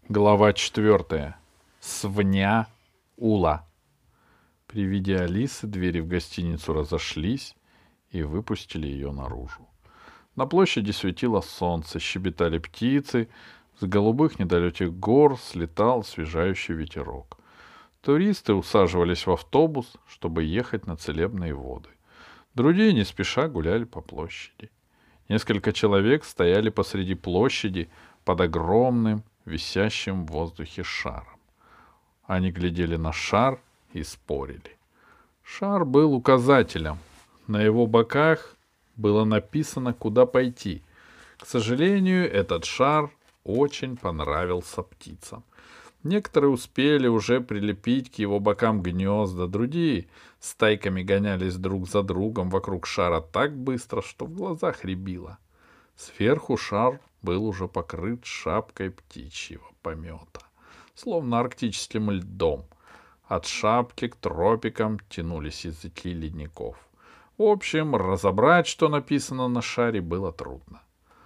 Глава 4. Свня Ула. При виде Алисы двери в гостиницу разошлись и выпустили ее наружу. На площади светило солнце, щебетали птицы, с голубых недалеких гор слетал освежающий ветерок. Туристы усаживались в автобус, чтобы ехать на целебные воды. Другие не спеша гуляли по площади. Несколько человек стояли посреди площади под огромным, висящим в воздухе шаром. Они глядели на шар и спорили. Шар был указателем. На его боках было написано, куда пойти. К сожалению, этот шар очень понравился птицам. Некоторые успели уже прилепить к его бокам гнезда, другие стайками гонялись друг за другом вокруг шара так быстро, что в глазах рябило. Сверху шар был уже покрыт шапкой птичьего помета, словно арктическим льдом. От шапки к тропикам тянулись языки ледников. В общем, разобрать, что написано на шаре, было трудно.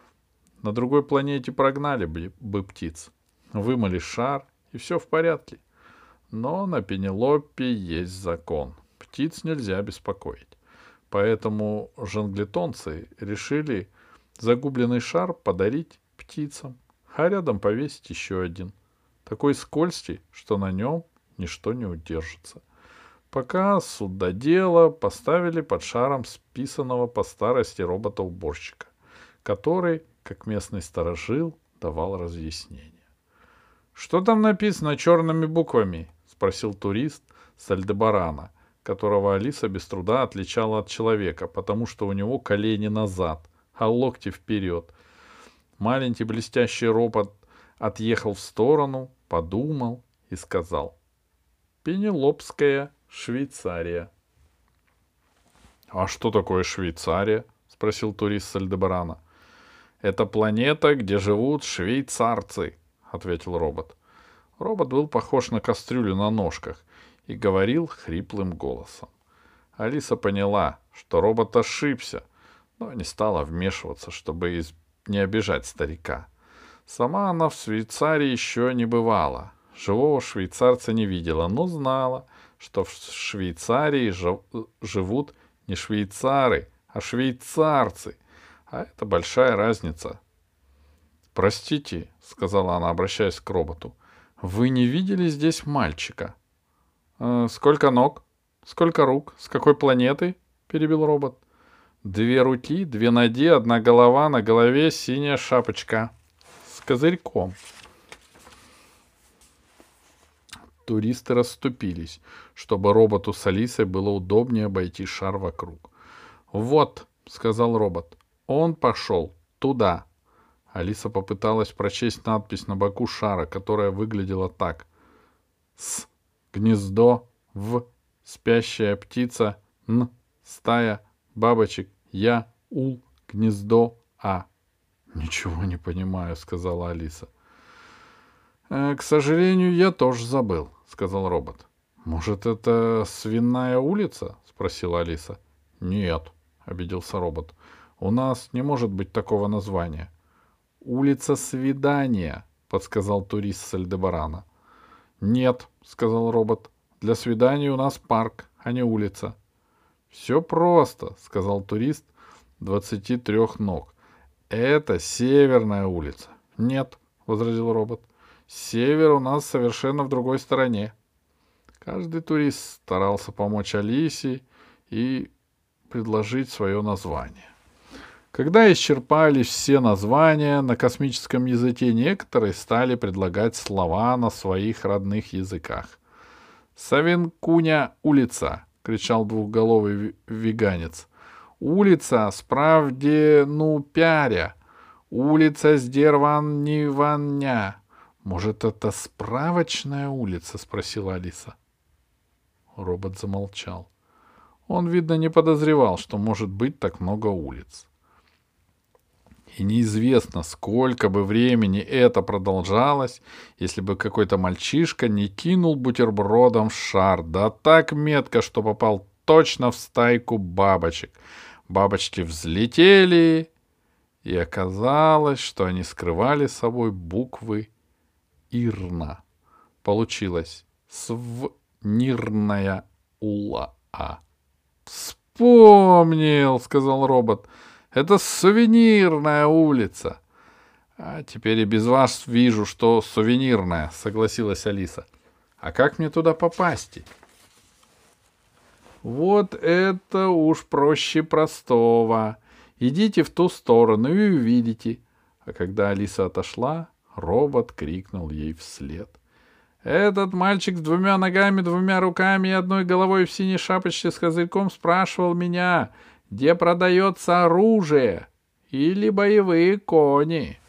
На другой планете прогнали бы птиц, вымыли шар, и все в порядке. Но на Пенелопе есть закон. Птиц нельзя беспокоить. Поэтому жонглетонцы решили загубленный шар подарить птицам, а рядом повесить еще один. Такой скользкий, что на нем ничто не удержится. Пока судодела поставили под шаром списанного по старости робота-уборщика, который, как местный сторожил, давал разъяснения. «Что там написано черными буквами?» — спросил турист с Альдебарана, которого Алиса без труда отличала от человека, потому что у него колени назад, а локти вперед. Маленький блестящий робот отъехал в сторону, подумал и сказал: «Пенелопская Швейцария». «А что такое Швейцария?» — спросил турист с Альдебарана. «Это планета, где живут швейцарцы», — ответил робот. Робот был похож на кастрюлю на ножках и говорил хриплым голосом. Алиса поняла, что робот ошибся, но не стала вмешиваться, чтобы не обижать старика. Сама она в Швейцарии еще не бывала, живого швейцарца не видела, но знала, что в Швейцарии живут не швейцары, а швейцарцы, а это большая разница. «Простите», — сказала она, обращаясь к роботу, — «вы не видели здесь мальчика?» «Сколько ног? Сколько рук? С какой планеты?» — перебил робот. «2 руки, 2 ноги, 1 голова, на голове синяя шапочка с козырьком». Туристы расступились, чтобы роботу с Алисой было удобнее обойти шар вокруг. «Вот», — сказал робот, — «он пошел туда». Алиса попыталась прочесть надпись на боку шара, которая выглядела так: «С. Гнездо. В. Спящая птица. Н. Стая бабочек. Я. Ул. Гнездо. А». «Ничего не понимаю», — сказала Алиса. «К сожалению, я тоже забыл», — сказал робот. «Может, это Свиная улица?» — спросила Алиса. «Нет», — обиделся робот. «У нас не может быть такого названия». «Улица Свидания», — подсказал турист с Альдебарана. «Нет», — сказал робот. «Для свидания у нас парк, а не улица». «Все просто», — сказал турист 23 ног. «Это Северная улица». «Нет», — возразил робот. «Север у нас совершенно в другой стороне». Каждый турист старался помочь Алисе и предложить свое название. Когда исчерпались все названия на космическом языке, некоторые стали предлагать слова на своих родных языках. «Савенкуня улица!» — кричал двухголовый веганец. «Улица справді ну пяря! Улица сдерванниваня!» «Может, это справочная улица?» — спросила Алиса. Робот замолчал. Он, видно, не подозревал, что может быть так много улиц. И неизвестно, сколько бы времени это продолжалось, если бы какой-то мальчишка не кинул бутербродом в шар, да так метко, что попал точно в стайку бабочек. Бабочки взлетели, и оказалось, что они скрывали собой буквы ирна. Получилось свнирная ула. Вспомнил, сказал робот. Это сувенирная улица. А теперь и без вас вижу, что сувенирная, согласилась Алиса. А как мне туда попасть? Вот это уж проще простого. Идите в ту сторону и увидите. А когда Алиса отошла, робот крикнул ей вслед. Этот мальчик с 2 ногами, 2 руками и 1 головой в синей шапочке с козырьком спрашивал меня, где продается оружие или боевые кони.